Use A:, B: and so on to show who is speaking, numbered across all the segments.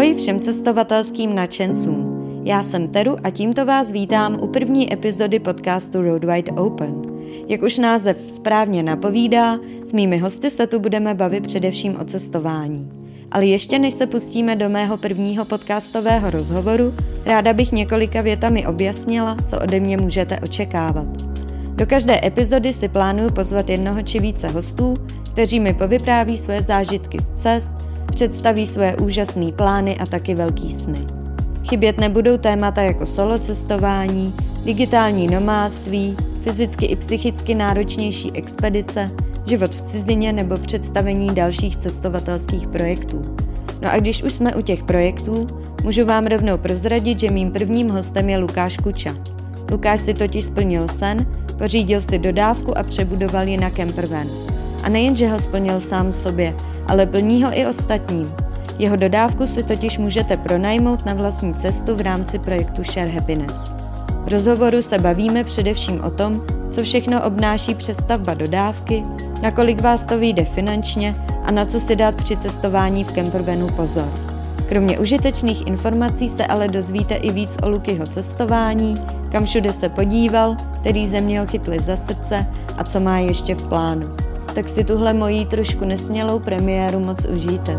A: Ahoj všem cestovatelským nadšencům. Já jsem Teru a tímto vás vítám u první epizody podcastu Road Wide Open. Jak už název správně napovídá, s mými hosty se tu budeme bavit především o cestování. Ale ještě než se pustíme do mého prvního podcastového rozhovoru, ráda bych několika větami objasnila, co ode mě můžete očekávat. Do každé epizody si plánuju pozvat jednoho či více hostů, kteří mi povypráví své zážitky z cest, představí své úžasné plány a taky velký sny. Chybět nebudou témata jako solo cestování, digitální nomádství, fyzicky i psychicky náročnější expedice, život v cizině nebo představení dalších cestovatelských projektů. No a když už jsme u těch projektů, můžu vám rovnou prozradit, že mým prvním hostem je Lukáš Kuča. Lukáš si totiž splnil sen, pořídil si dodávku a přebudoval ji na campervan. A nejenže ho splnil sám sobě, ale plní ho i ostatním. Jeho dodávku si totiž můžete pronajmout na vlastní cestu v rámci projektu Share Happiness. V rozhovoru se bavíme především o tom, co všechno obnáší přestavba dodávky, nakolik vás to vyjde finančně a na co si dát při cestování v campervanu pozor. Kromě užitečných informací se ale dozvíte i víc o Lukyho cestování, kam všude se podíval, který země ho chytli za srdce a co má ještě v plánu. Tak si tuhle mojí trošku nesmělou premiéru moc užijte.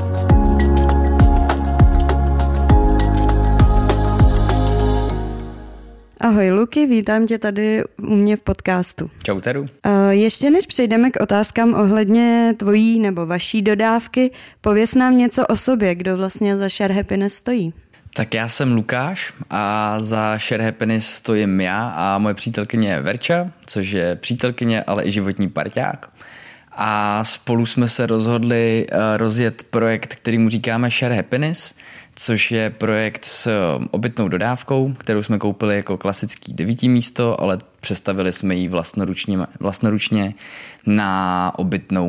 A: Ahoj Luky, vítám tě tady u mě v podcastu.
B: Čau Teru.
A: Ještě než přejdeme k otázkám ohledně tvojí nebo vaší dodávky, pověz nám něco o sobě, kdo vlastně za Share Happiness stojí.
B: Tak já jsem Lukáš a za Share Happiness stojím já a moje přítelkyně Verča, což je přítelkyně, ale i životní parťák. A spolu jsme se rozhodli rozjet projekt, kterýmu říkáme Share Happiness, což je projekt s obytnou dodávkou, kterou jsme koupili jako klasický 9 místo, ale přestavili jsme ji vlastnoručně na obytnou.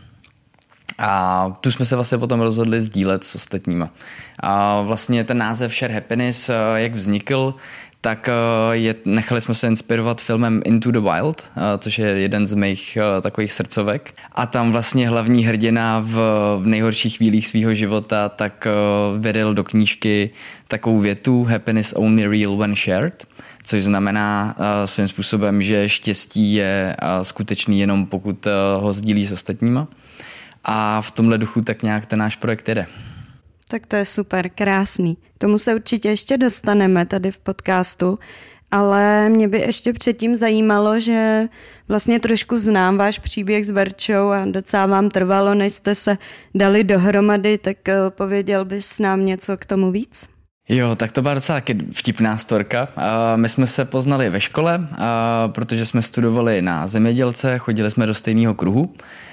B: A tu jsme se vlastně potom rozhodli sdílet s ostatníma. A vlastně ten název Share Happiness, jak vznikl, tak nechali jsme se inspirovat filmem Into the Wild, což je jeden z mých takových srdcovek. A tam vlastně hlavní hrdina v nejhorších chvílích svého života tak vydal do knížky takovou větu Happiness only real when shared, což znamená svým způsobem, že štěstí je skutečný jenom pokud ho sdílí s ostatníma. A v tomhle duchu tak nějak ten náš projekt jede.
A: Tak to je super, krásný. K tomu se určitě ještě dostaneme tady v podcastu, ale mě by ještě předtím zajímalo, že vlastně trošku znám váš příběh s Verčou a docela vám trvalo, než jste se dali dohromady, tak pověděl bys nám něco k tomu víc?
B: Jo, tak to byla docela vtipná storka. My jsme se poznali ve škole, protože jsme studovali na zemědělce, chodili jsme do stejného kruhu.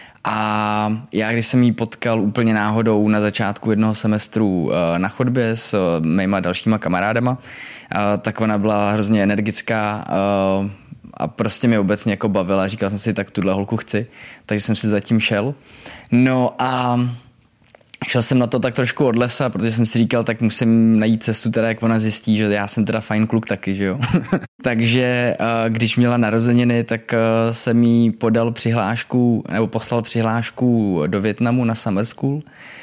B: A já, když jsem jí potkal úplně náhodou na začátku jednoho semestru na chodbě s mýma dalšíma kamarádama, tak ona byla hrozně energická a prostě mě obecně jako bavila. Říkal jsem si, tak tuhle holku chci, takže jsem si zatím šel. No a šel jsem na to tak trošku od lesa, protože jsem si říkal, tak musím najít cestu teda, jak ona zjistí, že já jsem teda fajn kluk taky, že jo. Takže když měla narozeniny, tak jsem jí poslal přihlášku do Vietnamu na summer school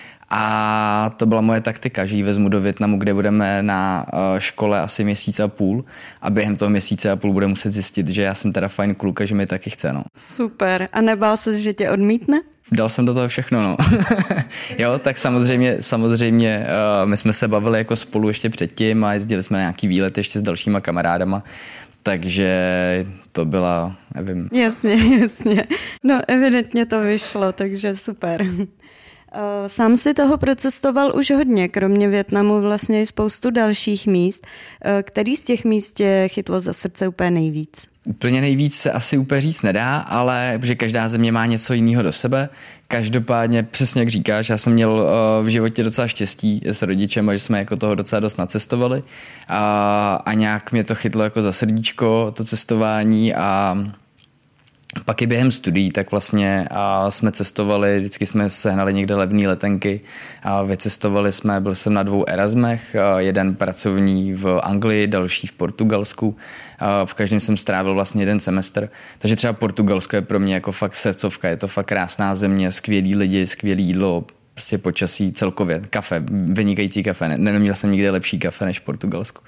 B: a to byla moje taktika, že ji vezmu do Vietnamu, kde budeme na škole asi měsíc a půl a během toho měsíce a půl bude muset zjistit, že já jsem teda fajn kluk a že mi taky chce, no.
A: Super. A nebál se, že tě odmítne?
B: Dal jsem do toho všechno, no. Jo, tak samozřejmě my jsme se bavili jako spolu ještě předtím a jezdili jsme na nějaký výlet ještě s dalšíma kamarádama, takže to byla, nevím.
A: Jasně. No evidentně to vyšlo, takže super. Sám si toho procestoval už hodně, kromě Vietnamu vlastně i spoustu dalších míst. Který z těch míst tě chytlo za srdce úplně nejvíc?
B: Úplně nejvíc se asi úplně říct nedá, ale že každá země má něco jiného do sebe. Každopádně přesně jak říkáš, já jsem měl v životě docela štěstí s rodičem, že jsme jako toho docela dost nacestovali a nějak mě to chytlo jako za srdíčko, to cestování a pak i během studií, tak vlastně jsme cestovali, vždycky jsme sehnali někde levné letenky a vycestovali jsme, byl jsem na 2 Erasmech, jeden pracovní v Anglii, další v Portugalsku, v každém jsem strávil vlastně 1 semestr, takže třeba Portugalsko je pro mě jako fakt srdcovka, je to fakt krásná země, skvělý lidi, skvělý jídlo, prostě počasí celkově, kafe, vynikající kafe, neměl jsem nikdy lepší kafe než v Portugalsku.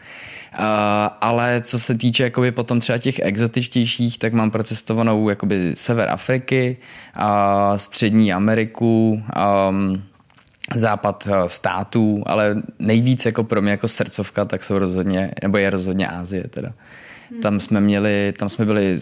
B: Ale co se týče jakoby potom třeba těch exotičtějších, tak mám procestovanou jakoby sever Afriky, střední Ameriku, západ států, ale nejvíc jako pro mě jako srdcovka, tak jsou rozhodně, nebo je rozhodně Asie teda. Tam jsme byli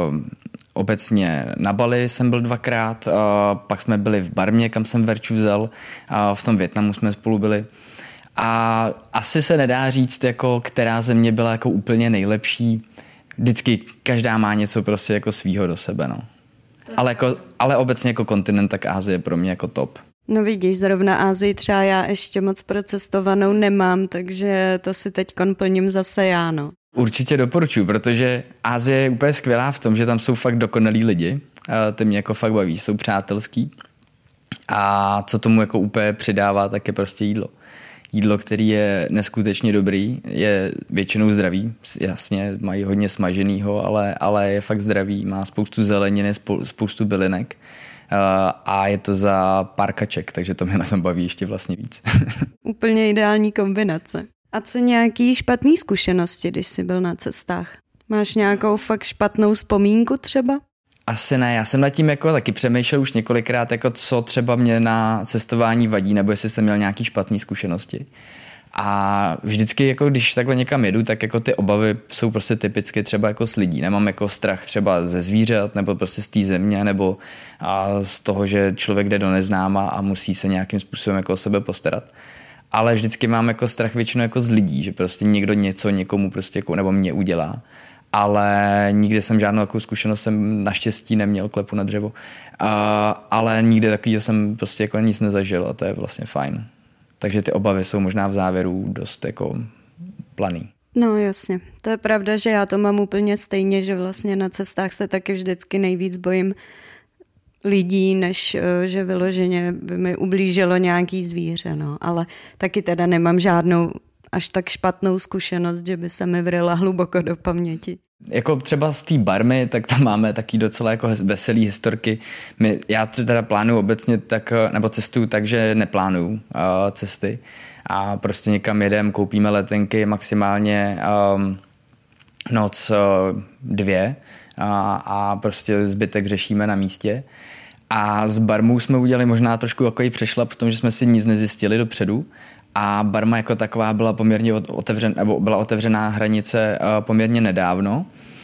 B: obecně na Bali jsem byl 2krát, pak jsme byli v Barmě, kam jsem Verču vzal, v tom Vietnamu jsme spolu byli. A asi se nedá říct, jako, která země byla jako úplně nejlepší. Vždycky každá má něco prostě jako svýho do sebe. No. Ale obecně jako kontinent, tak Asie je pro mě jako top.
A: No vidíš, zrovna Asii třeba já ještě moc procestovanou nemám, takže to si teď plním zase já, no.
B: Určitě doporučuji, protože Asie je úplně skvělá v tom, že tam jsou fakt dokonalí lidi. Ty mě jako fakt baví, jsou přátelský. A co tomu jako úplně přidává, tak je prostě jídlo. Jídlo, který je neskutečně dobrý, je většinou zdravý, jasně, mají hodně smaženýho, ale je fakt zdravý, má spoustu zeleniny, spoustu bylinek a je to za pár kaček, takže to mě na tom baví ještě vlastně víc.
A: Úplně ideální kombinace. A co nějaký špatný zkušenosti, když jsi byl na cestách? Máš nějakou fakt špatnou vzpomínku třeba?
B: Asi ne, já jsem nad tím jako taky přemýšlel už několikrát, jako co třeba mě na cestování vadí, nebo jestli jsem měl nějaký špatný zkušenosti. A vždycky, jako když takhle někam jedu, tak jako ty obavy jsou prostě typicky třeba jako z lidí. Nemám jako strach třeba ze zvířat, nebo prostě z té země, nebo z toho, že člověk jde do neznáma a musí se nějakým způsobem jako o sebe postarat. Ale vždycky mám jako strach většinou jako z lidí, že prostě někdo něco někomu prostě jako, nebo mě udělá. Ale nikdy jsem žádnou takovou zkušenost jsem naštěstí neměl, klepu na dřevo. Ale nikdy takovýho jsem prostě jako nic nezažil a to je vlastně fajn. Takže ty obavy jsou možná v závěru dost jako planý.
A: No jasně, to je pravda, že já to mám úplně stejně, že vlastně na cestách se taky vždycky nejvíc bojím lidí, než že vyloženě by mi ublížilo nějaký zvíře, no. Ale taky teda nemám žádnou až tak špatnou zkušenost, že by se mi vryla hluboko do paměti.
B: Jako třeba z té Barmy, tak tam máme taky docela jako veselý historky. Já teda plánuju obecně tak, nebo cestuju tak, že neplánuju cesty a prostě někam jedem, koupíme letenky maximálně noc 2 a prostě zbytek řešíme na místě. A s Barmou jsme udělali možná trošku takový přešlap v tom, že jsme si nic nezjistili dopředu. A Barma jako taková byla poměrně byla otevřená hranice poměrně nedávno.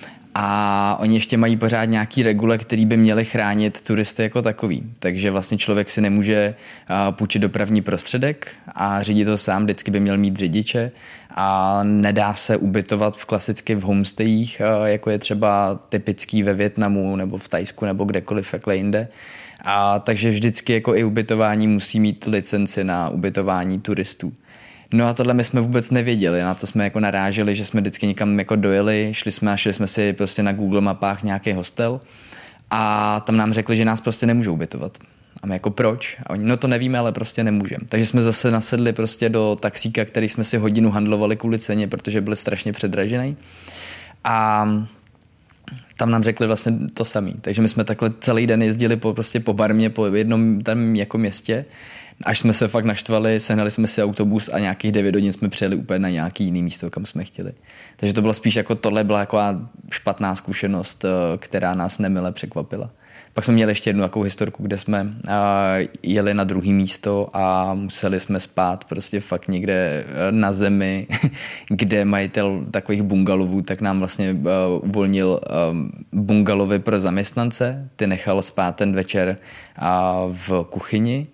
B: A oni ještě mají pořád nějaký regule, který by měli chránit turisty jako takový. Takže vlastně člověk si nemůže půjčit dopravní prostředek a řídit to sám, vždycky by měl mít řidiče. A nedá se ubytovat klasicky v homestayích, jako je třeba typický ve Vietnamu nebo v Thajsku nebo kdekoliv jakhle jinde. A takže vždycky jako i ubytování musí mít licenci na ubytování turistů. No a tohle my jsme vůbec nevěděli, na to jsme jako naráželi, že jsme vždycky někam jako dojeli, šli jsme si prostě na Google mapách nějaký hostel a tam nám řekli, že nás prostě nemůžou ubytovat. A my jako proč? A oni, no to nevíme, ale prostě nemůžeme. Takže jsme zase nasedli prostě do taxíka, který jsme si hodinu handlovali kvůli ceně, protože byly strašně předražený. A tam nám řekli vlastně to samý. Takže my jsme takhle celý den jezdili po Barmě, po jednom tam jako městě, až jsme se fakt naštvali, sehnali jsme si autobus a nějakých 9 hodin jsme přijeli úplně na nějaký jiný místo, kam jsme chtěli. Takže to bylo spíš jako tohle byla jako špatná zkušenost, která nás nemile překvapila. Pak jsme měli ještě jednu takovou historku, kde jsme jeli na druhé místo a museli jsme spát prostě fakt někde na zemi, kde majitel takových bungalovů, tak nám vlastně uvolnil bungalovy pro zaměstnance. Ty nechal spát ten večer v kuchyni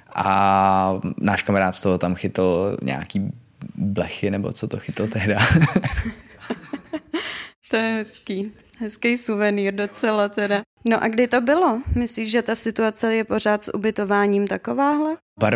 B: a náš kamarád z toho tam chytl nějaký blechy, nebo co to chytl tehdy.
A: To je hezký. Hezký suvenýr docela teda. No a kdy to bylo? Myslíš, že ta situace je pořád s ubytováním takováhle?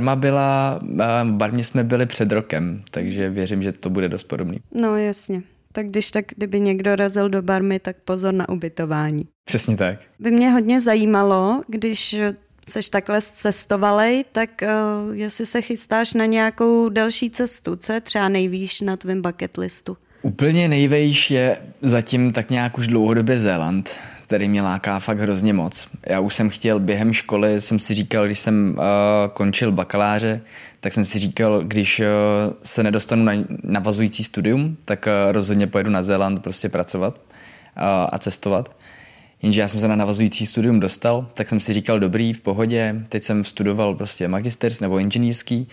B: Barmě jsme byli před rokem, takže věřím, že to bude dost podobný.
A: No jasně. Tak kdyby někdo razil do Barmy, tak pozor na ubytování.
B: Přesně tak.
A: By mě hodně zajímalo, když seš takhle cestovalej, tak jestli se chystáš na nějakou další cestu, co je třeba nejvýš na tvém bucket listu?
B: Úplně nejvejš je zatím tak nějak už dlouhodobě Zéland. který mě láká fakt hrozně moc. Já už jsem chtěl během školy, jsem si říkal, když jsem končil bakaláře, tak jsem si říkal, když se nedostanu na navazující studium, tak rozhodně pojedu na Zéland prostě pracovat a cestovat. Jenže já jsem se na navazující studium dostal, tak jsem si říkal, dobrý, v pohodě, teď jsem studoval prostě magisterský nebo inženýrský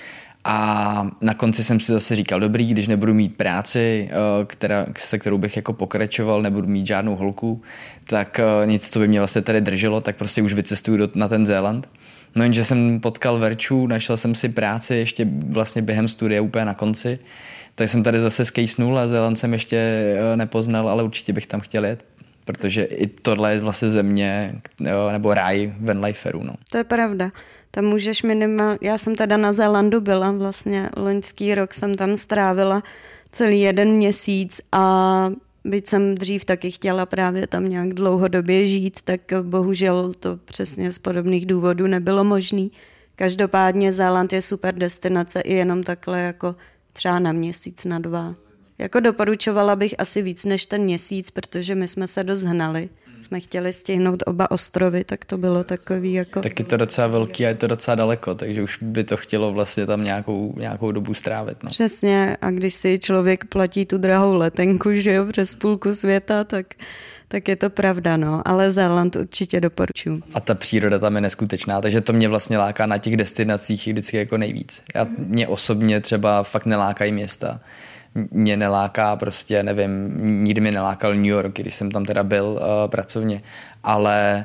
B: a na konci jsem si zase říkal, dobrý, když nebudu mít práci, se kterou bych jako pokračoval, nebudu mít žádnou holku, tak nic, co by mě vlastně tady drželo, tak prostě už vycestuju na ten Zéland. No jenže jsem potkal Verču, našel jsem si práci ještě vlastně během studia úplně na konci, tak jsem tady zase skejsnul a Zéland jsem ještě nepoznal, ale určitě bych tam chtěl jet. Protože i tohle je vlastně země nebo ráj vanliferů. No.
A: To je pravda. Tam můžeš já jsem teda na Zélandu byla, vlastně loňský rok jsem tam strávila celý 1 měsíc a byť jsem dřív taky chtěla právě tam nějak dlouhodobě žít, tak bohužel to přesně z podobných důvodů nebylo možný. Každopádně Zéland je super destinace i jenom takhle jako třeba na měsíc, na 2. Jako doporučovala bych asi víc než ten měsíc, protože my jsme se dost hnali. Jsme chtěli stihnout oba ostrovy, tak to bylo takový jako...
B: Tak je to docela velký a je to docela daleko, takže už by to chtělo vlastně tam nějakou dobu strávit. No.
A: Přesně, a když si člověk platí tu drahou letenku, že jo, přes půlku světa, tak je to pravda, no. Ale Zéland určitě doporučuji.
B: A ta příroda tam je neskutečná, takže to mě vlastně láká na těch destinacích vždycky jako nejvíc. Mě osobně třeba fakt nelákají města. Mě neláká prostě, nevím, nikdy mě nelákal New York, když jsem tam teda byl pracovně, ale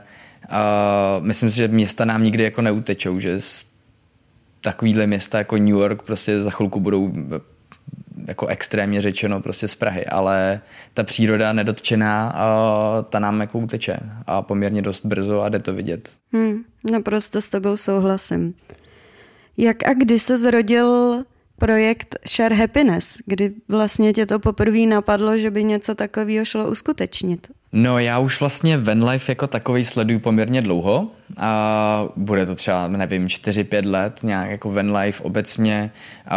B: myslím si, že města nám nikdy jako neutečou, že takovýhle města jako New York prostě za chvilku budou jako extrémně řečeno prostě z Prahy, ale ta příroda nedotčená, ta nám jako uteče a poměrně dost brzo a jde to vidět.
A: Naprosto s tebou souhlasím. Jak a kdy se zrodil projekt Share Happiness, kdy vlastně tě to poprvé napadlo, že by něco takového šlo uskutečnit?
B: No já už vlastně vanlife jako takovej sleduju poměrně dlouho a bude to třeba, nevím, 4-5 let, nějak jako vanlife obecně,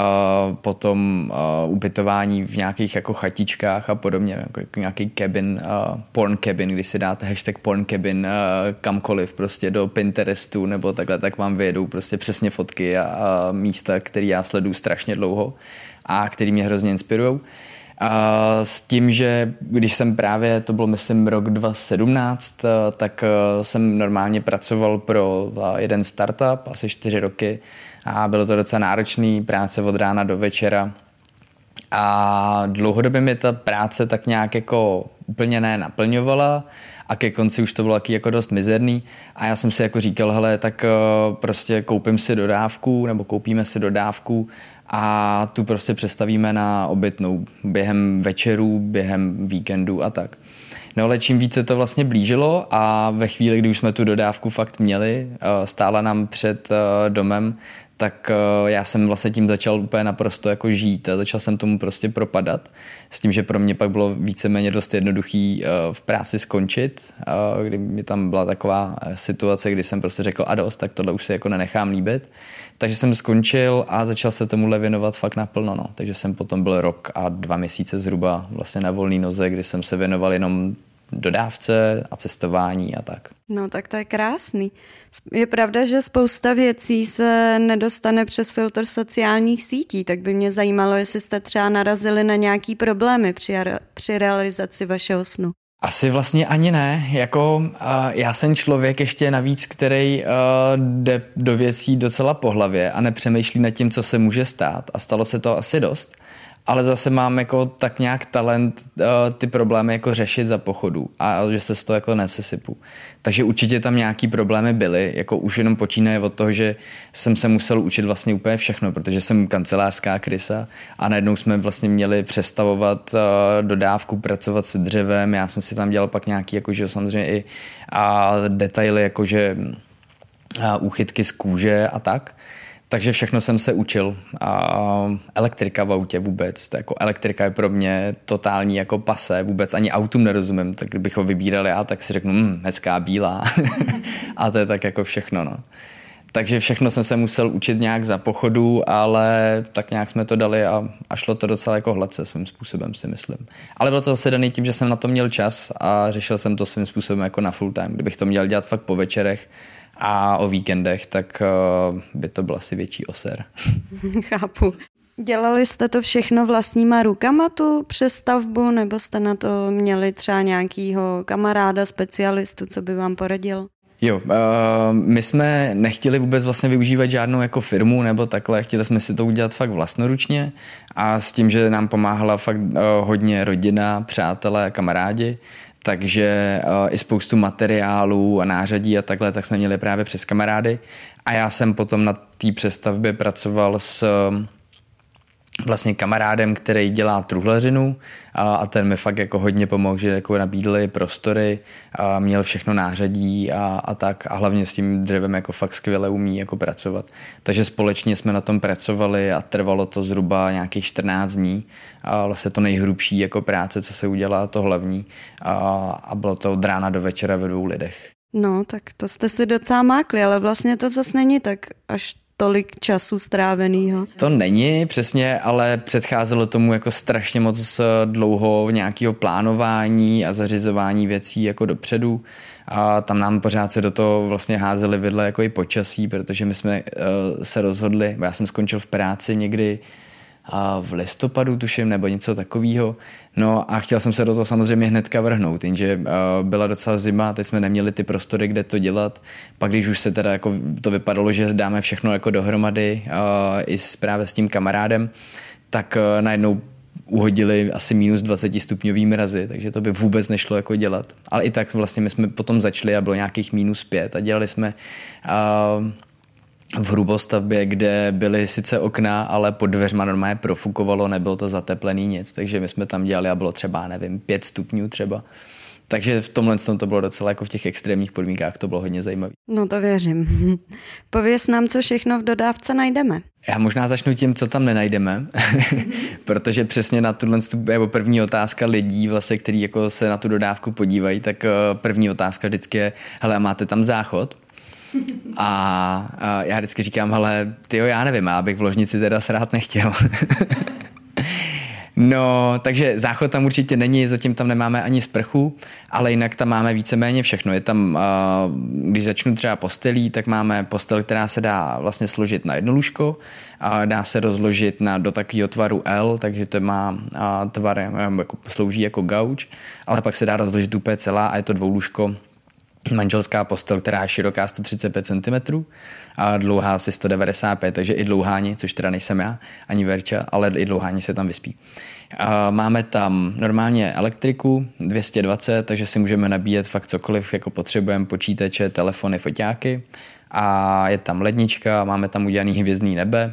B: potom ubytování v nějakých jako chatičkách a podobně, jako nějaký cabin, porn cabin, když si dáte hashtag porn cabin kamkoliv prostě do Pinterestu nebo takhle, tak vám vyjedou prostě přesně fotky a místa, které já sleduju strašně dlouho a který mě hrozně inspirujou. S tím, že když jsem právě, to byl myslím rok 2017, tak jsem normálně pracoval pro jeden startup, asi 4 roky a bylo to docela náročný, práce od rána do večera a dlouhodobě mi ta práce tak nějak jako úplně naplňovala a ke konci už to bylo taky jako dost mizerný a já jsem si jako říkal, hele, tak prostě koupíme si dodávku a tu prostě přestavíme na obytnou během večerů, během víkendů a tak. No ale čím více to vlastně blížilo a ve chvíli, kdy už jsme tu dodávku fakt měli, stála nám před domem, tak já jsem vlastně tím začal úplně naprosto jako žít a začal jsem tomu prostě propadat. S tím, že pro mě pak bylo víceméně dost jednoduchý v práci skončit, kdy mi tam byla taková situace, kdy jsem prostě řekl a dost, tak tohle už se jako nenechám líbit. Takže jsem skončil a začal se tomuhle věnovat fakt naplno. No. Takže jsem potom byl rok a 2 měsíce zhruba vlastně na volné noze, kdy jsem se věnoval jenom dodávce a cestování a tak.
A: No tak to je krásný. Je pravda, že spousta věcí se nedostane přes filtr sociálních sítí, tak by mě zajímalo, jestli jste třeba narazili na nějaký problémy při realizaci vašeho snu.
B: Asi vlastně ani ne. Já jsem člověk ještě navíc, který jde do věcí docela po hlavě a nepřemýšlí nad tím, co se může stát. A stalo se to asi dost. Ale zase mám jako tak nějak talent ty problémy jako řešit za pochodu a že se z toho jako nesesypu. Takže určitě tam nějaký problémy byly, jako už jenom počínaje od toho, že jsem se musel učit vlastně úplně všechno, protože jsem kancelářská krysa a najednou jsme vlastně měli přestavovat dodávku, pracovat se dřevem, já jsem si tam dělal pak nějaký jakože samozřejmě i detaily, jakože úchytky z kůže a tak. Takže všechno jsem se učil. A elektrika v autě vůbec. Jako elektrika je pro mě totální jako pase. Vůbec ani autům nerozumím. Tak kdybych ho vybíral já, tak si řeknu, hezká bílá. A to je tak jako všechno. No. Takže všechno jsem se musel učit nějak za pochodu, ale tak nějak jsme to dali a šlo to docela jako hladce svým způsobem, si myslím. Ale bylo to zase daný tím, že jsem na to měl čas a řešil jsem to svým způsobem jako na full time. Kdybych to měl dělat fakt po večerech a o víkendech, tak by to byl asi větší oser.
A: Chápu. Dělali jste to všechno vlastníma rukama, tu přestavbu, nebo jste na to měli třeba nějakýho kamaráda, specialistu, co by vám poradil?
B: Jo, my jsme nechtěli vůbec vlastně využívat žádnou jako firmu nebo takhle, chtěli jsme si to udělat fakt vlastnoručně a s tím, že nám pomáhala fakt hodně rodina, přátelé, kamarádi, takže i spoustu materiálů a nářadí a takhle, tak jsme měli právě přes kamarády a já jsem potom na té přestavbě pracoval s vlastně kamarádem, který dělá truhlařinu a ten mi fakt jako hodně pomohl, že jako nabídli prostory a měl všechno nářadí a tak a hlavně s tím dřevem jako fakt skvěle umí jako pracovat. Takže společně jsme na tom pracovali a trvalo to zhruba nějakých 14 dní a vlastně to nejhrubší jako práce, co se udělá, to hlavní a bylo to od rána do večera ve 2 lidech.
A: No, tak to jste si docela mákli, ale vlastně to zase není tak až tolik času strávenýho.
B: To není přesně, ale předcházelo tomu jako strašně moc dlouho nějakého plánování a zařizování věcí jako dopředu a tam nám pořád se do toho vlastně házeli vidle jako i počasí, protože my jsme se rozhodli, já jsem skončil v práci někdy v listopadu tuším, nebo něco takového. No a chtěl jsem se do toho samozřejmě hnedka vrhnout, jenže byla docela zima, teď jsme neměli ty prostory, kde to dělat. Pak když už se teda jako to vypadalo, že dáme všechno jako dohromady i právě s tím kamarádem, tak najednou uhodili asi minus 20 stupňový mrazy, takže to by vůbec nešlo jako dělat. Ale i tak vlastně my jsme potom začali a bylo nějakých minus 5 a dělali jsme v hrubostavbě, kde byly sice okna, ale pod dveřma normálně profukovalo, nebylo to zateplený nic, takže my jsme tam dělali a bylo třeba, nevím, 5 stupňů třeba. Takže v tomhle to bylo docela jako v těch extrémních podmínkách, to bylo hodně zajímavé.
A: No to věřím. Pověz nám, co všechno v dodávce najdeme.
B: Já možná začnu tím, co tam nenajdeme, protože přesně na tuhle nebo první otázka lidí, vlastně, který jako se na tu dodávku podívají, tak první otázka vždycky je, hele, a máte tam záchod? A já vždycky říkám, hele, tyjo, já nevím, já bych v ložnici teda srát nechtěl. No, takže záchod tam určitě není, zatím tam nemáme ani sprchu, ale jinak tam máme víceméně všechno. Je tam, když začnu třeba postelí, tak máme postel, která se dá vlastně složit na jedno lůžko, a dá se rozložit do takového tvaru L, takže to má tvar, jako slouží jako gauč, ale pak se dá rozložit úplně celá a je to dvoulůžko. Manželská postel, která je široká 135 cm a dlouhá asi 195, takže i dlouháni, což teda nejsem já, ani Verča, ale i dlouháni se tam vyspí. Máme tam normálně elektriku 220, takže si můžeme nabíjet fakt cokoliv, jako potřebujeme, počítače, telefony, foťáky a je tam lednička, máme tam udělaný hvězdný nebe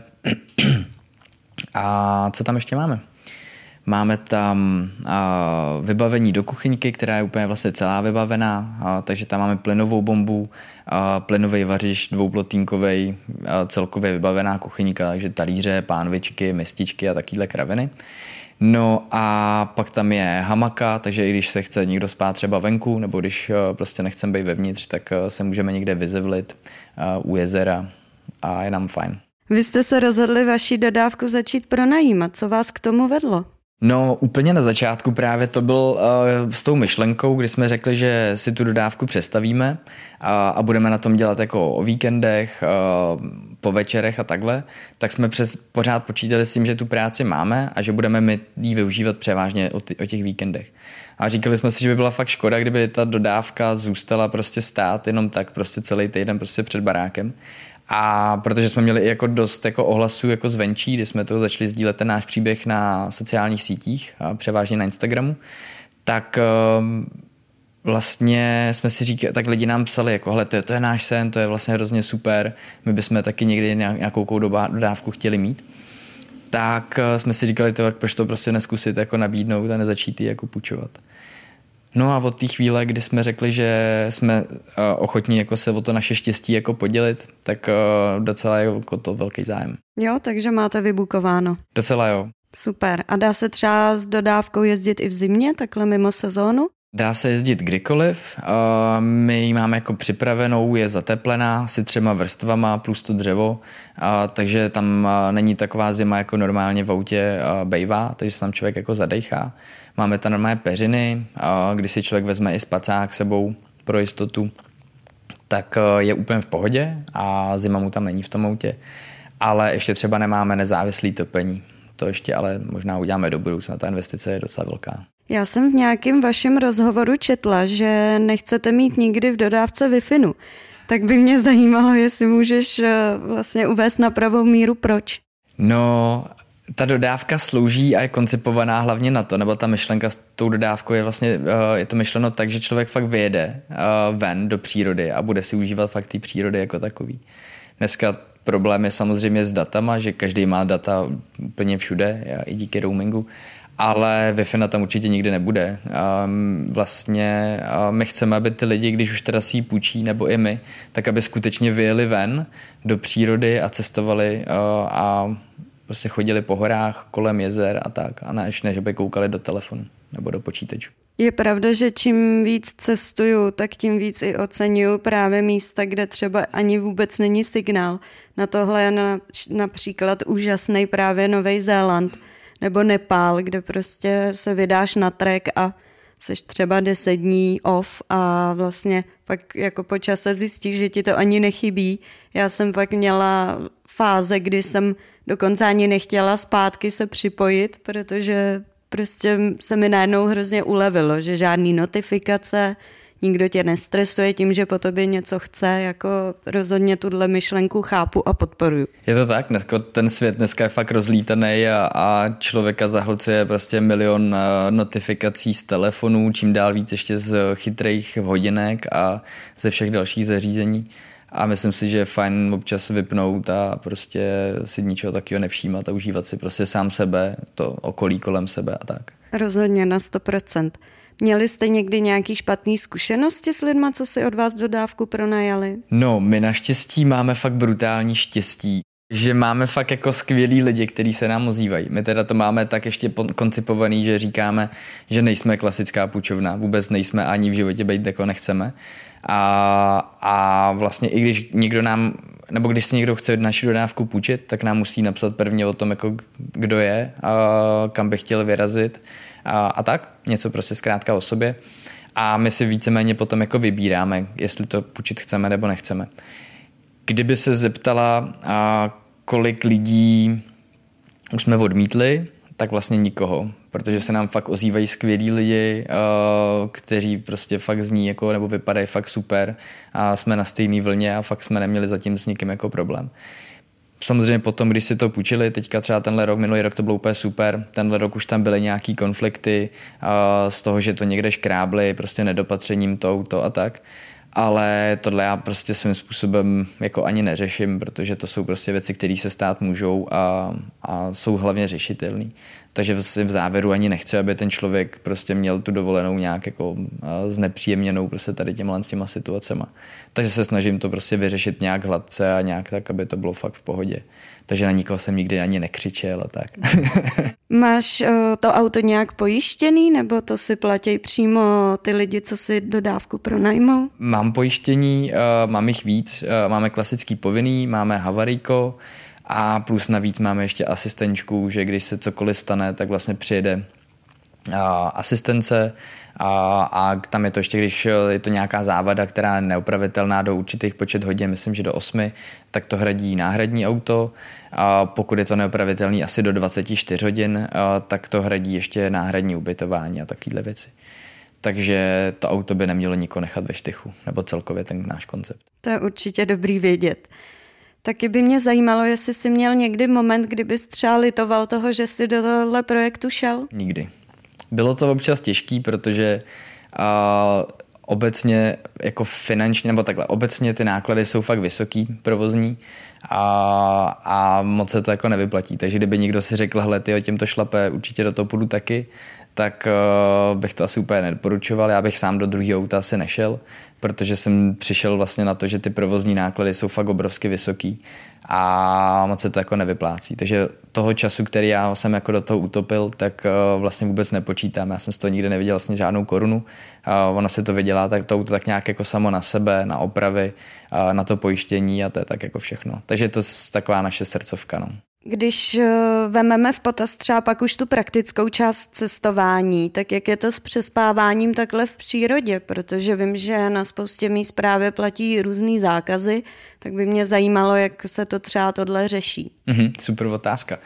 B: a co tam ještě máme? Máme tam vybavení do kuchyňky, která je úplně vlastně celá vybavená, takže tam máme plynovou bombu, plynový vařič, dvouplotínkovej, celkově vybavená kuchyňka, takže talíře, pánvičky, mističky a takovýhle kraviny. No a pak tam je hamaka, takže i když se chce někdo spát třeba venku, nebo když prostě nechceme být vevnitř, tak se můžeme někde vyzevlit u jezera a je nám fajn.
A: Vy jste se rozhodli vaši dodávku začít pronajímat. Co vás k tomu vedlo?
B: No úplně na začátku právě to byl s tou myšlenkou, kdy jsme řekli, že si tu dodávku přestavíme a budeme na tom dělat jako o víkendech, po večerech a takhle, tak jsme pořád počítali s tím, že tu práci máme a že budeme ji využívat převážně o těch víkendech. A říkali jsme si, že by byla fakt škoda, kdyby ta dodávka zůstala prostě stát jenom tak prostě celý týden prostě před barákem. A protože jsme měli i jako dost jako ohlasů jako zvenčí, kdy jsme to začali sdílet ten náš příběh na sociálních sítích, a převážně na Instagramu, tak vlastně jsme si říkali, tak lidi nám psali, jako hele, to je náš sen, to je vlastně hrozně super, my bychom taky někdy nějakou dodávku chtěli mít. Tak jsme si říkali, proč to prostě neskusit jako nabídnout a nezačít ji jako půjčovat. No a od té chvíle, kdy jsme řekli, že jsme ochotní jako se o to naše štěstí jako podělit, tak docela je jako to velký zájem.
A: Jo, takže máte vybukováno.
B: Docela jo.
A: Super. A dá se třeba s dodávkou jezdit i v zimě, takhle mimo sezónu?
B: Dá se jezdit kdykoliv, my ji máme jako připravenou, je zateplená asi 3 vrstvama plus to dřevo, takže tam není taková zima jako normálně v autě bejvá, takže se tam člověk jako zadejchá. Máme tam normálně peřiny, kdy si člověk vezme i spacák sebou pro jistotu, tak je úplně v pohodě a zima mu tam není v tom autě, ale ještě třeba nemáme nezávislý topení. To ještě ale možná uděláme do budoucna, ta investice je docela velká.
A: Já jsem v nějakém vašem rozhovoru četla, že nechcete mít nikdy v dodávce Wi-Fi. Tak by mě zajímalo, jestli můžeš vlastně uvést na pravou míru proč.
B: No, ta dodávka slouží a je koncipovaná hlavně na to, nebo ta myšlenka s tou dodávkou je vlastně, je to myšleno tak, že člověk fakt vyjede ven do přírody a bude si užívat fakt té přírody jako takový. Dneska problém je samozřejmě s datama, že každý má data úplně všude, i díky roamingu, ale Wi-Fi tam určitě nikdy nebude. Vlastně my chceme, aby ty lidi, když už teda si ji půjčí, nebo i my, tak aby skutečně vyjeli ven do přírody a cestovali a prostě chodili po horách, kolem jezer a tak, a než by koukali do telefonu nebo do počítačů.
A: Je pravda, že čím víc cestuju, tak tím víc i oceňuju právě místa, kde třeba ani vůbec není signál. Na tohle je například úžasný právě Nový Zéland nebo Nepál, kde prostě se vydáš na trek a seš třeba 10 dní off a vlastně pak jako po čase zjistíš, že ti to ani nechybí. Já jsem pak měla fáze, kdy jsem dokonce ani nechtěla zpátky se připojit, protože prostě se mi najednou hrozně ulevilo, že žádný notifikace, nikdo tě nestresuje tím, že po tobě něco chce, jako rozhodně tuhle myšlenku chápu a podporuju.
B: Je to tak, ten svět dneska je fakt rozlítaný a člověka zahlcuje prostě milion notifikací z telefonů, čím dál víc ještě z chytrých hodinek a ze všech dalších zařízení. A myslím si, že je fajn občas vypnout a prostě si ničeho takového nevšímat a užívat si prostě sám sebe, to okolí kolem sebe a tak.
A: Rozhodně na 100%. Měli jste někdy nějaký špatný zkušenosti s lidma, co si od vás dodávku pronajali?
B: No, my naštěstí máme fakt brutální štěstí, že máme fakt jako skvělí lidi, kteří se nám ozývají. My teda to máme tak ještě koncipovaný, že říkáme, že nejsme klasická půjčovna, vůbec nejsme, ani v životě být jako nechceme. A vlastně i když někdo nebo když si někdo chce naši dodávku půjčit, tak nám musí napsat prvně o tom, jako kdo je, kam by chtěl vyrazit a tak, něco prostě zkrátka o sobě. A my si víceméně potom jako vybíráme, jestli to půjčit chceme nebo nechceme. Kdyby se zeptala, kolik lidí už jsme odmítli, tak vlastně nikoho, protože se nám fakt ozývají skvělí lidi, kteří prostě fakt zní jako, nebo vypadají fakt super a jsme na stejné vlně a fakt jsme neměli zatím s nikým jako problém. Samozřejmě potom, když si to půjčili, teďka třeba tenhle rok, minulý rok to bylo úplně super, tenhle rok už tam byly nějaký konflikty z toho, že to někde škrábli, prostě nedopatřením to a tak. Ale tohle já prostě svým způsobem jako ani neřeším, protože to jsou prostě věci, které se stát můžou a jsou hlavně řešitelné. Takže v závěru ani nechci, aby ten člověk prostě měl tu dovolenou nějak jako znepříjemněnou prostě tady těma situacema. Takže se snažím to prostě vyřešit nějak hladce a nějak tak, aby to bylo fakt v pohodě. Takže na nikoho jsem nikdy ani nekřičel a tak.
A: Máš to auto nějak pojištěný, nebo to si platí přímo ty lidi, co si dodávku pronajmou?
B: Mám pojištění, mám jich víc, máme klasický povinný, máme havarijko a plus navíc máme ještě asistenčku, že když se cokoliv stane, tak vlastně přijede asistence a tam je to ještě, když je to nějaká závada, která je neopravitelná do určitých počet hodin, myslím, že do 8, tak to hradí náhradní auto. A pokud je to neopravitelný asi do 24 hodin, tak to hradí ještě náhradní ubytování a takovéhle věci. Takže to auto by nemělo nikoho nechat ve štychu, nebo celkově ten náš koncept.
A: To je určitě dobrý vědět. Taky by mě zajímalo, jestli jsi měl někdy moment, kdyby třeba litoval toho, že jsi do tohle projektu šel?
B: Nikdy. Bylo to občas těžký, protože obecně jako finančně, nebo takhle, obecně ty náklady jsou fakt vysoký, provozní a moc se to jako nevyplatí. Takže kdyby někdo si řekl, hele, tyjo, tím to šlape, určitě do toho půjdu taky, tak bych to asi úplně nedoporučoval. Já bych sám do druhého auta asi nešel, protože jsem přišel vlastně na to, že ty provozní náklady jsou fakt obrovsky vysoký a moc se to jako nevyplácí. Takže toho času, který já jsem jako do toho utopil, tak vlastně vůbec nepočítám. Já jsem z toho nikdy neviděl vlastně žádnou korunu. Ono se to vydělá tak to auto tak nějak jako samo na sebe, na opravy, na to pojištění a to je tak jako všechno. Takže to je taková naše srdcovka. No.
A: Když vememe v potaz třeba pak už tu praktickou část cestování, tak jak je to s přespáváním takhle v přírodě? Protože vím, že na spoustě míst právě platí různý zákazy, tak by mě zajímalo, jak se to třeba tohle řeší.
B: Super otázka.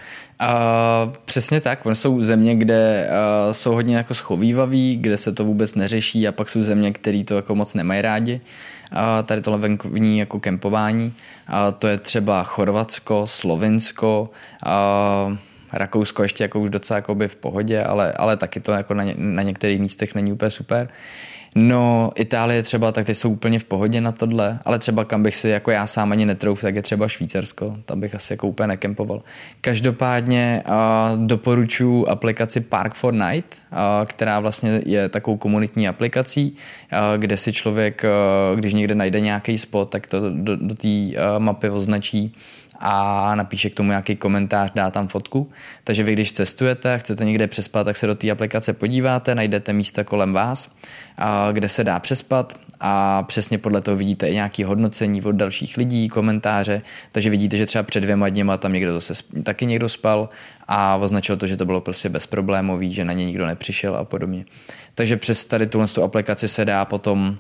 B: Přesně tak, jsou země, kde jsou hodně jako schovývaví, kde se to vůbec neřeší a pak jsou země, které to jako moc nemají rádi. Tady tohle venkovní jako kempování. To je třeba Chorvatsko, Slovinsko, Rakousko ještě jako už docela jako by v pohodě, ale taky to jako na některých místech není úplně super. No, Itálie třeba, tak ty jsou úplně v pohodě na tohle, ale třeba kam bych si jako já sám ani netrouf, tak je třeba Švýcarsko, tam bych asi jako úplně nekempoval. Každopádně doporučuji aplikaci Park4Night, která vlastně je takovou komunitní aplikací, kde si člověk, když někde najde nějaký spot, tak to do té mapy označí a napíše k tomu nějaký komentář, dá tam fotku. Takže vy, když cestujete a chcete někde přespat, tak se do té aplikace podíváte, najdete místa kolem vás, kde se dá přespat a přesně podle toho vidíte i nějaké hodnocení od dalších lidí, komentáře, takže vidíte, že třeba před 2 dněma tam taky někdo spal a označil to, že to bylo prostě bezproblémový, že na ně nikdo nepřišel a podobně. Takže přes tady tuhle aplikaci se dá potom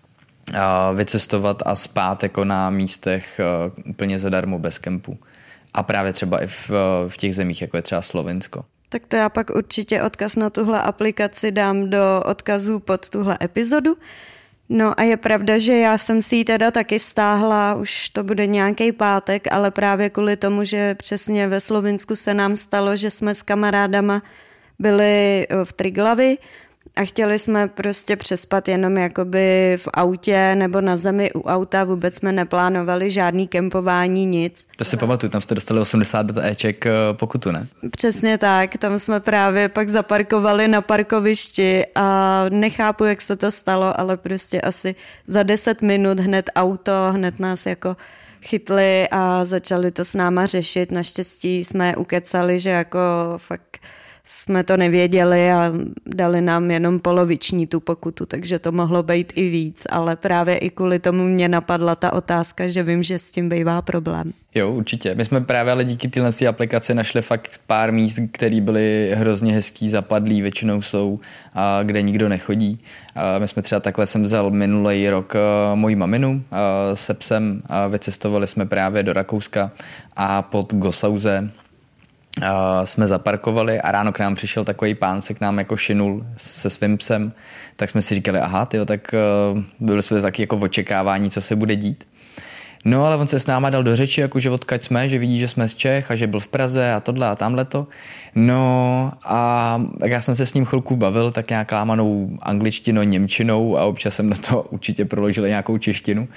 B: vycestovat a spát jako na místech úplně zadarmo bez kempu. A právě třeba i v těch zemích, jako je třeba Slovinsko.
A: Tak to já pak určitě odkaz na tuhle aplikaci dám do odkazů pod tuhle epizodu. No a je pravda, že já jsem si ji teda taky stáhla, už to bude nějaký pátek, ale právě kvůli tomu, že přesně ve Slovinsku se nám stalo, že jsme s kamarádama byli v Triglavi a chtěli jsme prostě přespat jenom jakoby v autě nebo na zemi u auta, vůbec jsme neplánovali žádný kempování, nic.
B: To si pamatuju, tam jste dostali 80 éček pokutu, ne?
A: Přesně tak, tam jsme právě pak zaparkovali na parkovišti a nechápu, jak se to stalo, ale prostě asi za 10 minut hned auto, hned nás jako chytli a začali to s náma řešit. Naštěstí jsme ukecali, že jako fakt jsme to nevěděli a dali nám jenom poloviční tu pokutu, takže to mohlo být i víc, ale právě i kvůli tomu mě napadla ta otázka, že vím, že s tím bývá problém.
B: Jo, určitě. My jsme právě ale díky téhle aplikaci našli fakt pár míst, které byly hrozně hezký, zapadlý, většinou jsou, kde nikdo nechodí. My jsme třeba takhle jsem vzal minulý rok moji maminu se psem, vycestovali jsme právě do Rakouska a pod Gossauze jsme zaparkovali a ráno k nám přišel takový pán, se k nám jako šinul se svým psem, tak jsme si říkali, aha, tyjo, tak byli jsme taky jako v očekávání, co se bude dít. No ale on se s náma dal do řeči, jakože odkud jsme, že vidí, že jsme z Čech a že byl v Praze a tohle a tamhleto. No a já jsem se s ním chvilku bavil, tak nějak lámanou angličtinou, němčinou a občas jsem do toho určitě proložil nějakou češtinu.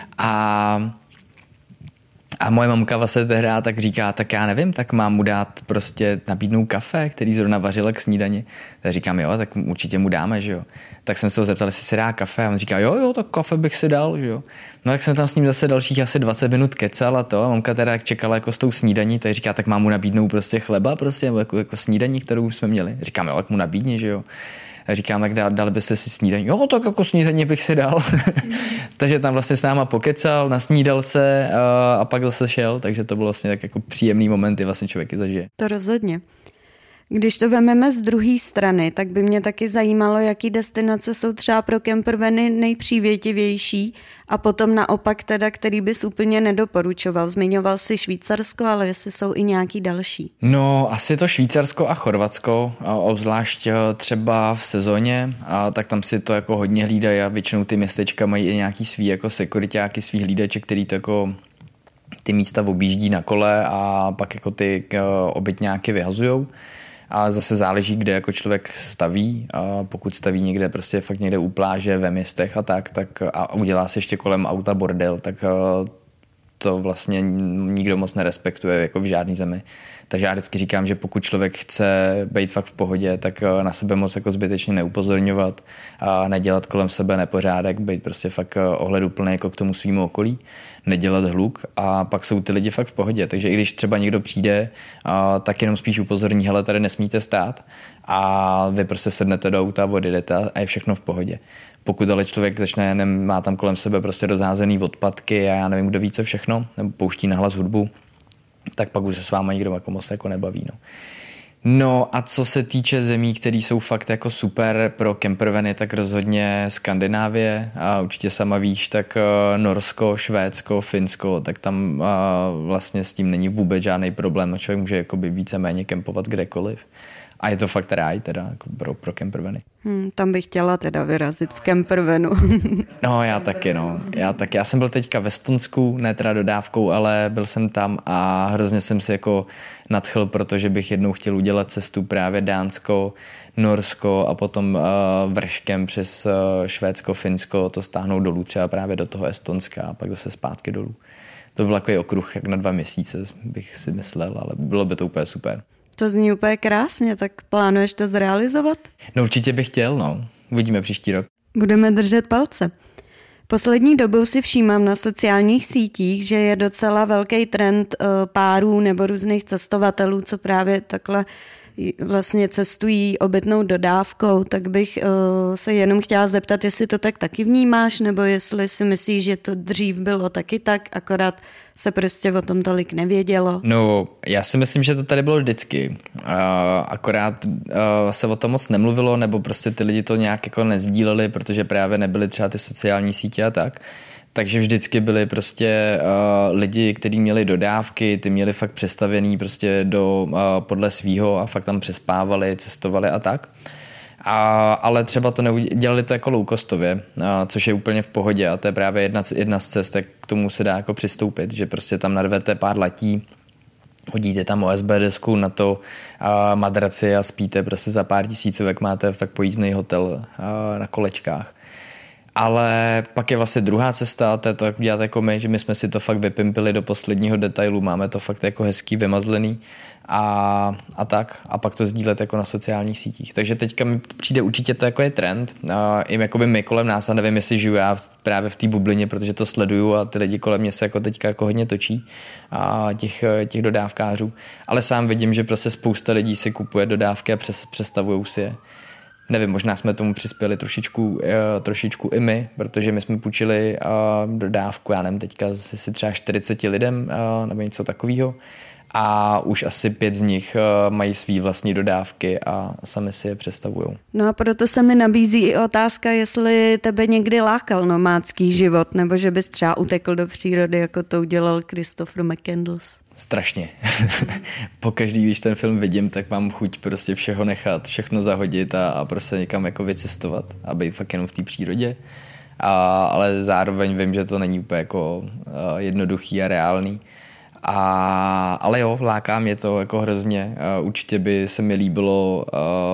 B: A moje mamka vlastně tehdy tak říká, tak já nevím, tak mám mu dát prostě nabídnout kafe, který zrovna vařila k snídani. Tak říkám, jo, tak určitě mu dáme, že jo. Tak jsem se ho zeptal, jestli si dá kafe a on říká, jo, tak kafe bych si dal, že jo. No tak jsem tam s ním zase dalších asi 20 minut kecal a to. A mamka teda čekala jako s tou snídaní, tak říká, tak mám mu nabídnout prostě chleba, prostě jako snídaní, kterou jsme měli. Říkám, jo, tak mu nabídni, že jo. A říkám, tak dali byste si snídaní. Jo, tak jako snídaní bych si dal. Takže tam vlastně s náma pokecal, nasnídal se a pak zase šel, takže to bylo vlastně tak jako příjemný momenty vlastně člověk zažije.
A: To rozhodně. Když to vememe z druhé strany, tak by mě taky zajímalo, jaký destinace jsou třeba pro kemperveny nejpřívětivější a potom naopak teda, který bys úplně nedoporučoval. Zmiňoval si Švýcarsko, ale jestli jsou i nějaký další.
B: No, asi to Švýcarsko a Chorvatsko, obzvlášť třeba v sezóně, tak tam si to jako hodně hlídají a většinou ty městečka mají i nějaký svý jako sekuritáky, svý hlídače, který to jako ty místa objíždí na kole a pak jako ty obytňáky vyhazujou. A zase záleží, kde jako člověk staví. A pokud staví někde prostě fakt někde u pláže ve městech a tak a udělá si ještě kolem auta bordel, tak to vlastně nikdo moc nerespektuje jako v žádný zemi. Takže já vždycky říkám, že pokud člověk chce být fakt v pohodě, tak na sebe moc jako zbytečně neupozorňovat a nedělat kolem sebe nepořádek, být prostě fakt ohleduplný jako k tomu svýmu okolí, nedělat hluk a pak jsou ty lidi fakt v pohodě. Takže i když třeba někdo přijde, tak jenom spíš upozorní, hele, tady nesmíte stát a vy prostě sednete do auta, odjedete a je všechno v pohodě. Pokud ale člověk začne, má tam kolem sebe prostě rozházený odpadky a já nevím, kdo ví co všechno, nebo pouští nahlas hudbu, tak pak už se s váma nikdo jako moc jako nebaví. No a co se týče zemí, které jsou fakt jako super pro campervany, tak rozhodně Skandinávie a určitě sama víš, tak Norsko, Švédsko, Finsko, tak tam vlastně s tím není vůbec žádný problém, člověk může jakoby víceméně kempovat kdekoliv. A je to fakt ráj teda jako pro campervany.
A: Tam bych chtěla teda vyrazit v campervanu.
B: No já taky. Já jsem byl teďka ve Estonsku, ne teda dodávkou, ale byl jsem tam a hrozně jsem si jako nadchl, protože bych jednou chtěl udělat cestu právě Dánsko, Norsko a potom vrškem přes Švédsko, Finsko, to stáhnout dolů třeba právě do toho Estonska a pak zase zpátky dolů. To byl takový okruh jak na 2 měsíce, bych si myslel, ale bylo by to úplně super.
A: To zní úplně krásně, tak plánuješ to zrealizovat?
B: No určitě bych chtěl, Uvidíme příští rok.
A: Budeme držet palce. Poslední dobou si všímám na sociálních sítích, že je docela velký trend párů nebo různých cestovatelů, co právě takhle vlastně cestují obytnou dodávkou, tak bych se jenom chtěla zeptat, jestli to tak taky vnímáš, nebo jestli si myslíš, že to dřív bylo taky tak, akorát se prostě o tom tolik nevědělo.
B: No, já si myslím, že to tady bylo vždycky. Akorát se o tom moc nemluvilo, nebo prostě ty lidi to nějak jako nezdíleli, protože právě nebyly třeba ty sociální sítě a tak. Takže vždycky byli prostě lidi, kteří měli dodávky, ty měli fakt přestavěný prostě podle svýho a fakt tam přespávali, cestovali a tak. Ale třeba to dělali to jako low-costově, což je úplně v pohodě a to je právě jedna z cest, jak k tomu se dá jako přistoupit, že prostě tam nadvete pár latí, hodíte tam OSB desku na to madraci a spíte prostě za pár tisícovek, máte fakt pojízdný hotel na kolečkách. Ale pak je vlastně druhá cesta, to je to, jak udělat jako my, že my jsme si to fakt vypimpili do posledního detailu, máme to fakt jako hezký, vymazlený a tak. A pak to sdílet jako na sociálních sítích. Takže teďka mi přijde určitě to jako je trend. I jakoby my kolem nás, a nevím, jestli žiju já právě v té bublině, protože to sleduju a ty lidi kolem mě se jako teďka jako hodně točí a těch dodávkářů. Ale sám vidím, že prostě spousta lidí si kupuje dodávky a přestavujou si je. Nevím, možná jsme tomu přispěli trošičku i my, protože my jsme půjčili dodávku, já nevím, teďka si třeba 40 lidem nebo něco takového a už asi 5 z nich mají svý vlastní dodávky a sami si je přestavují.
A: No a proto se mi nabízí i otázka, jestli tebe někdy lákal nomádský život, nebo že bys třeba utekl do přírody, jako to udělal Christopher McCandless.
B: Strašně. Pokaždý, když ten film vidím, tak mám chuť prostě všeho nechat, všechno zahodit a prostě někam jako vycestovat a být fakt jenom v té přírodě. Ale zároveň vím, že to není úplně jako jednoduchý a reálný. Ale jo, láká mě to jako hrozně. Určitě by se mi líbilo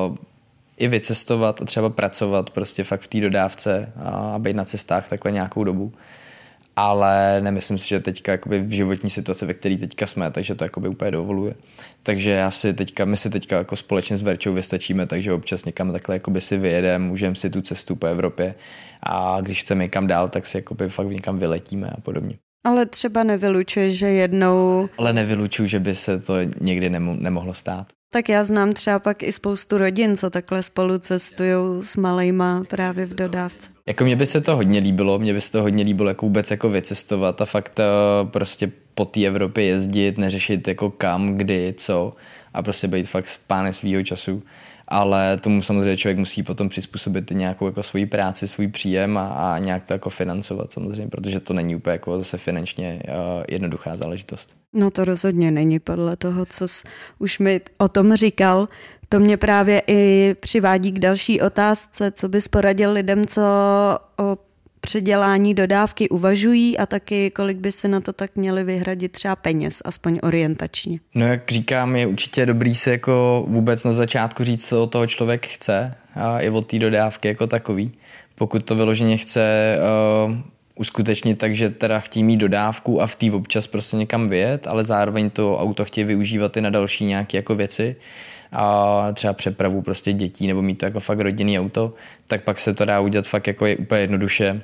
B: i vycestovat a třeba pracovat prostě fakt v té dodávce a být na cestách takhle nějakou dobu. Ale nemyslím si, že teďka jakoby v životní situaci, ve které teďka jsme, takže to jakoby úplně dovoluje. Takže my si teďka jako společně s Verčou vystačíme, takže občas někam takhle jakoby si vyjedeme, můžeme si tu cestu po Evropě a když chceme někam dál, tak si jakoby fakt někam vyletíme a podobně.
A: Ale třeba nevylučuješ, že jednou...
B: Ale nevylučuju, že by se to někdy nemohlo stát.
A: Tak já znám třeba pak i spoustu rodin, co takhle spolu cestujou s malejma právě v dodávce.
B: Jako mně by se to hodně líbilo jako vůbec jako vycestovat a fakt prostě po té Evropě jezdit, neřešit jako kam, kdy, co a prostě být fakt pánem svýho času. Ale tomu samozřejmě člověk musí potom přizpůsobit nějakou jako svoji práci, svůj příjem a nějak to jako financovat samozřejmě, protože to není úplně jako zase finančně jednoduchá záležitost.
A: No to rozhodně není podle toho, co jsi už mi o tom říkal. To mě právě i přivádí k další otázce, co bys poradil lidem, co o předělání dodávky uvažují a taky kolik by se na to tak měli vyhradit třeba peněz, aspoň orientačně.
B: No jak říkám, je určitě dobrý si jako vůbec na začátku říct, co od toho člověk chce a i od té dodávky jako takový. Pokud to vyloženě chce uskutečnit tak, že teda chtějí mít dodávku a v té občas prostě někam vyjet, ale zároveň to auto chtějí využívat i na další nějaké jako věci a třeba přepravu prostě dětí nebo mít to jako fakt rodinný auto, tak pak se to dá udělat fakt jako je úplně jednoduše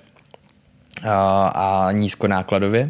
B: a nízkonákladově.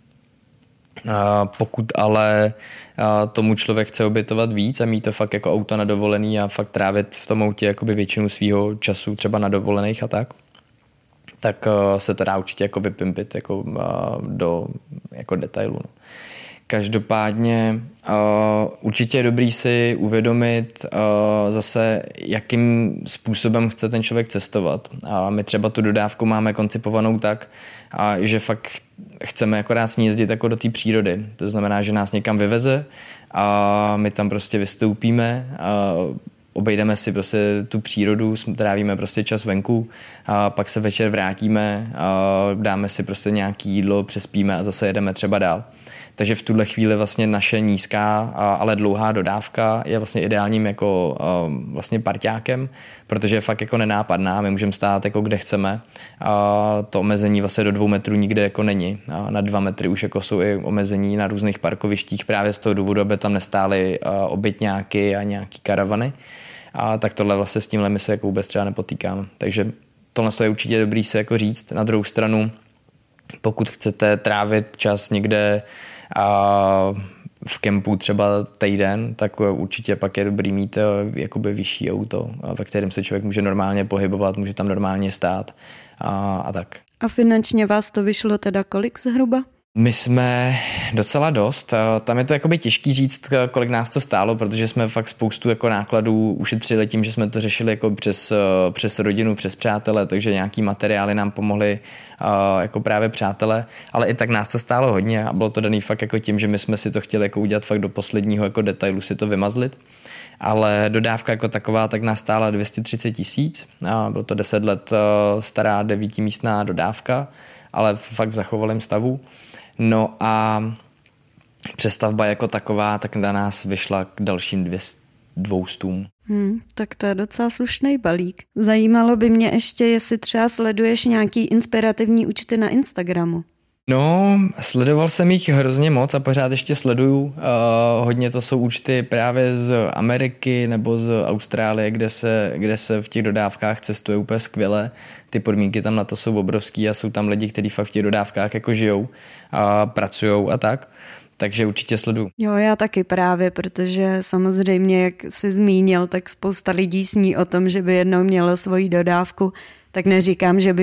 B: Pokud ale tomu člověk chce obětovat víc a mít to fakt jako auto na dovolený a fakt trávit v tom autě jakoby většinu svýho času třeba na dovolených a tak se to dá určitě jako vypimpit jako do jako detailu. No. Každopádně určitě je dobrý si uvědomit zase, jakým způsobem chce ten člověk cestovat. A my třeba tu dodávku máme koncipovanou tak, že fakt chceme akorát s ní jezdit jako do té přírody. To znamená, že nás někam vyveze a my tam prostě vystoupíme, obejdeme si prostě tu přírodu, trávíme prostě čas venku a pak se večer vrátíme, dáme si prostě nějaký jídlo, přespíme a zase jedeme třeba dál. Takže v tuhle chvíli vlastně naše nízká, ale dlouhá dodávka je vlastně ideálním jako vlastně parťákem, protože je fakt jako nenápadná, my můžeme stát jako kde chceme a to omezení vlastně do 2 metrů nikde jako není. A na 2 metry už jako jsou i omezení na různých parkovištích právě z toho důvodu, aby tam nestály obytňáky a nějaký karavany. A tak tohle vlastně s tímhle my se jako vůbec třeba nepotýkáme. Takže tohle je určitě dobrý se jako říct. Na druhou stranu, pokud chcete trávit čas někde v kempu třeba týden, tak určitě pak je dobrý mít jakoby vyšší auto, ve kterém se člověk může normálně pohybovat, může tam normálně stát a tak.
A: A finančně vás to vyšlo teda kolik zhruba?
B: My jsme docela dost. Tam je to jakoby těžký říct, kolik nás to stálo, protože jsme fakt spoustu jako nákladů ušetřili tím, že jsme to řešili jako přes rodinu, přes přátele, takže nějaký materiály nám pomohly jako právě přátelé, ale i tak nás to stálo hodně a bylo to daný fakt jako tím, že my jsme si to chtěli jako udělat fakt do posledního jako detailu si to vymazlit. Ale dodávka jako taková tak nás stála 230 000 a bylo to 10 let stará 9místná dodávka, ale fakt v zachovalém stavu. No a přestavba jako taková tak na nás vyšla k dalším 200.
A: Tak to je docela slušný balík. Zajímalo by mě ještě, jestli třeba sleduješ nějaký inspirativní účty na Instagramu.
B: No, sledoval jsem jich hrozně moc a pořád ještě sleduju. Hodně to jsou účty právě z Ameriky nebo z Austrálie, kde se v těch dodávkách cestuje úplně skvěle. Ty podmínky tam na to jsou obrovský a jsou tam lidi, kteří fakt v těch dodávkách jako žijou a pracujou a tak. Takže určitě sleduju.
A: Jo, já taky právě, protože samozřejmě, jak jsi zmínil, tak spousta lidí sní o tom, že by jednou mělo svoji dodávku. Tak neříkám, že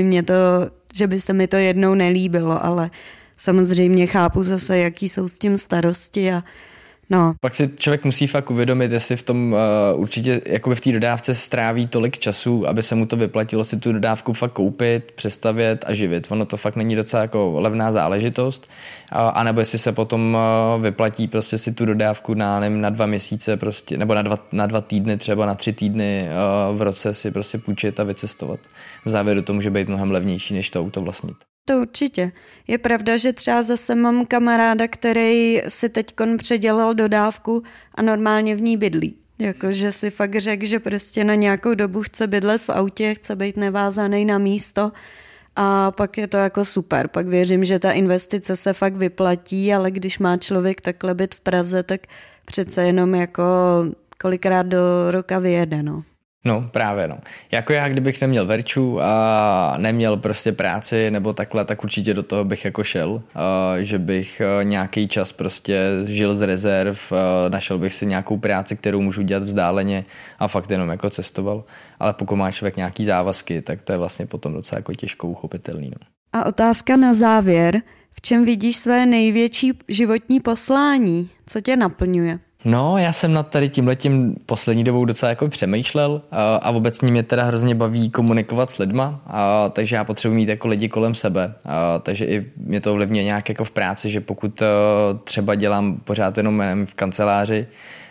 A: by se mi to jednou nelíbilo, ale samozřejmě chápu zase, jaký jsou s tím starosti a no.
B: Pak si člověk musí fakt uvědomit, jestli v tom určitě jakoby v té dodávce stráví tolik času, aby se mu to vyplatilo si tu dodávku fakt koupit, přestavět a živit. Ono to fakt není docela jako levná záležitost. A nebo jestli se potom vyplatí prostě si tu dodávku na 2 měsíce prostě, nebo na 2 týdny, třeba na 3 týdny v roce si prostě půjčit a vycestovat. V závěru to může být mnohem levnější, než to auto vlastnit.
A: To určitě. Je pravda, že třeba zase mám kamaráda, který si teďkon předělal dodávku a normálně v ní bydlí. Jakože si fakt řekl, že prostě na nějakou dobu chce bydlet v autě, chce být nevázaný na místo a pak je to jako super. Pak věřím, že ta investice se fakt vyplatí, ale když má člověk takhle byt v Praze, tak přece jenom jako kolikrát do roka vyjede, no.
B: No, právě no. Jako já, kdybych neměl Verču a neměl prostě práci nebo takhle, tak určitě do toho bych jako šel, že bych nějaký čas prostě žil z rezerv, našel bych si nějakou práci, kterou můžu dělat vzdáleně a fakt jenom jako cestoval. Ale pokud má člověk nějaký závazky, tak to je vlastně potom docela jako těžko uchopitelný. No.
A: A otázka na závěr. V čem vidíš své největší životní poslání? Co tě naplňuje?
B: No, já jsem nad tady tímhletím poslední dobou docela jako přemýšlel a obecně mě teda hrozně baví komunikovat s lidma, takže já potřebuji mít jako lidi kolem sebe, takže i mě to ovlivňuje nějak jako v práci, že pokud třeba dělám pořád jenom v kanceláři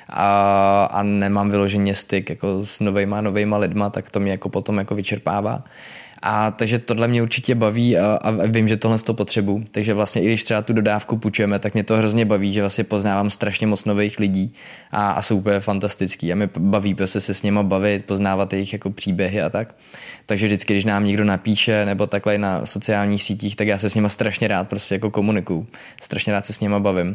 B: a nemám vyloženě styk jako s novejma lidma, tak to mě jako potom jako vyčerpává. A takže tohle mě určitě baví a vím, že tohle to potřebuji. Takže vlastně i když třeba tu dodávku půjčujeme, tak mě to hrozně baví, že vlastně poznávám strašně moc nových lidí a jsou úplně fantastický. A mě baví prostě se s nima bavit, poznávat jejich jako příběhy a tak. Takže vždycky, když nám někdo napíše nebo takhle na sociálních sítích, tak já se s nima strašně rád prostě jako komunikuju. Strašně rád se s nima bavím.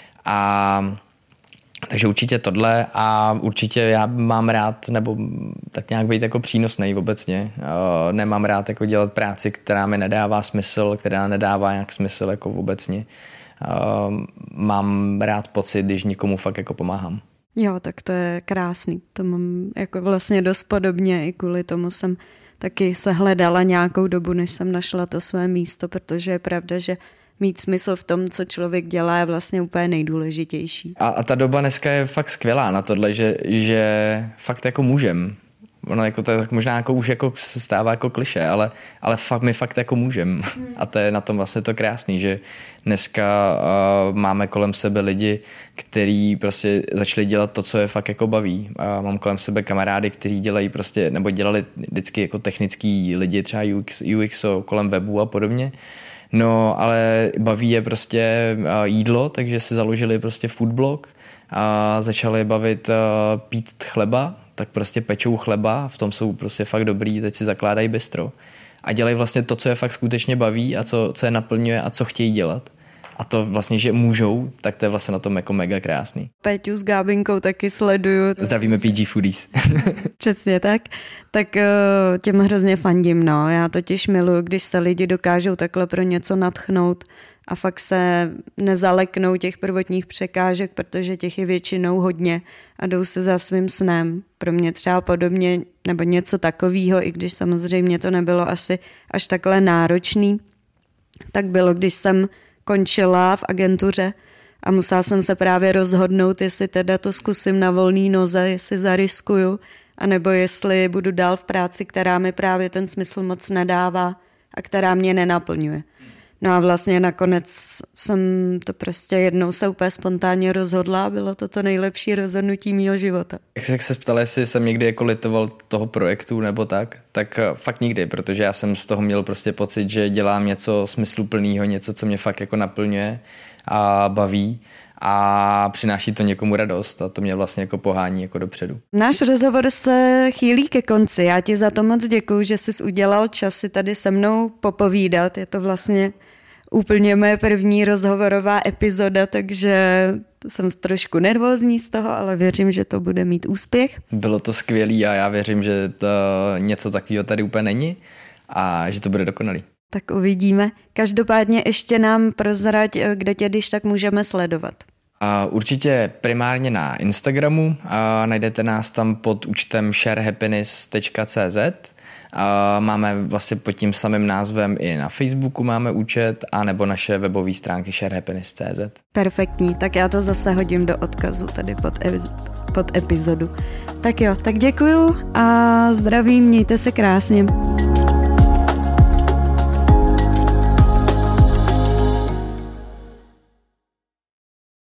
B: Takže určitě tohle a určitě já mám rád, nebo tak nějak být jako přínosnej obecně. Nemám rád jako dělat práci, která mi nedává smysl, která nedává nějak smysl jako obecně. Mám rád pocit, když někomu fakt jako pomáhám.
A: Jo, tak to je krásný. To mám jako vlastně dost podobně, i kvůli tomu jsem taky se hledala nějakou dobu, než jsem našla to své místo, protože je pravda, že mít smysl v tom, co člověk dělá, je vlastně úplně nejdůležitější.
B: A ta doba dneska je fakt skvělá na tohle, že fakt jako můžem. Ono jako to tak možná jako už jako se stává jako klišé, ale my fakt jako můžem. A to je na tom vlastně to krásný, že dneska máme kolem sebe lidi, kteří prostě začali dělat to, co je fakt jako baví. A mám kolem sebe kamarády, kteří dělají prostě, nebo dělali vždycky jako technický lidi, třeba UX kolem webu a podobně. No, ale baví je prostě jídlo, takže si založili prostě foodblog a začali bavit pít chleba, tak prostě pečou chleba, v tom jsou prostě fakt dobrý, teď si zakládají bistro a dělají vlastně to, co je fakt skutečně baví a co je naplňuje a co chtějí dělat. A to vlastně, že můžou, tak to je vlastně na tom jako mega krásný.
A: Péťu s Gábinkou taky sleduju.
B: Zdravíme PG Foodies.
A: Přesně tak. Tak těm hrozně fandím, no. Já totiž miluju, když se lidi dokážou takhle pro něco nadchnout a fakt se nezaleknou těch prvotních překážek, protože těch je většinou hodně a jdou se za svým snem. Pro mě třeba podobně, nebo něco takového, i když samozřejmě to nebylo asi až takhle náročný, tak bylo, když jsem končila v agentuře a musela jsem se právě rozhodnout, jestli teda to zkusím na volný noze, jestli zariskuju, anebo jestli budu dál v práci, která mi právě ten smysl moc nedává a která mě nenaplňuje. No a vlastně nakonec jsem to prostě jednou se úplně spontánně rozhodla a bylo to nejlepší rozhodnutí mýho života.
B: Jak se ptala, jestli jsem někdy jako litoval toho projektu nebo tak fakt nikdy, protože já jsem z toho měl prostě pocit, že dělám něco smysluplného, něco, co mě fakt jako naplňuje a baví a přináší to někomu radost a to mě vlastně jako pohání jako dopředu.
A: Náš rozhovor se chýlí ke konci. Já ti za to moc děkuju, že jsi udělal čas si tady se mnou popovídat. Je to vlastně úplně moje první rozhovorová epizoda, takže jsem trošku nervózní z toho, ale věřím, že to bude mít úspěch.
B: Bylo to skvělý a já věřím, že to něco takového tady úplně není a že to bude dokonalý.
A: Tak uvidíme. Každopádně ještě nám prozrať, kde tě když tak můžeme sledovat.
B: Určitě primárně na Instagramu. Najdete nás tam pod účtem sharehappiness.cz. Máme vlastně pod tím samým názvem i na Facebooku máme účet a nebo naše webové stránky sharehappiness.cz.
A: Perfektní, tak já to zase hodím do odkazu tady pod epizodu. Tak jo, tak děkuju a zdravím, mějte se krásně.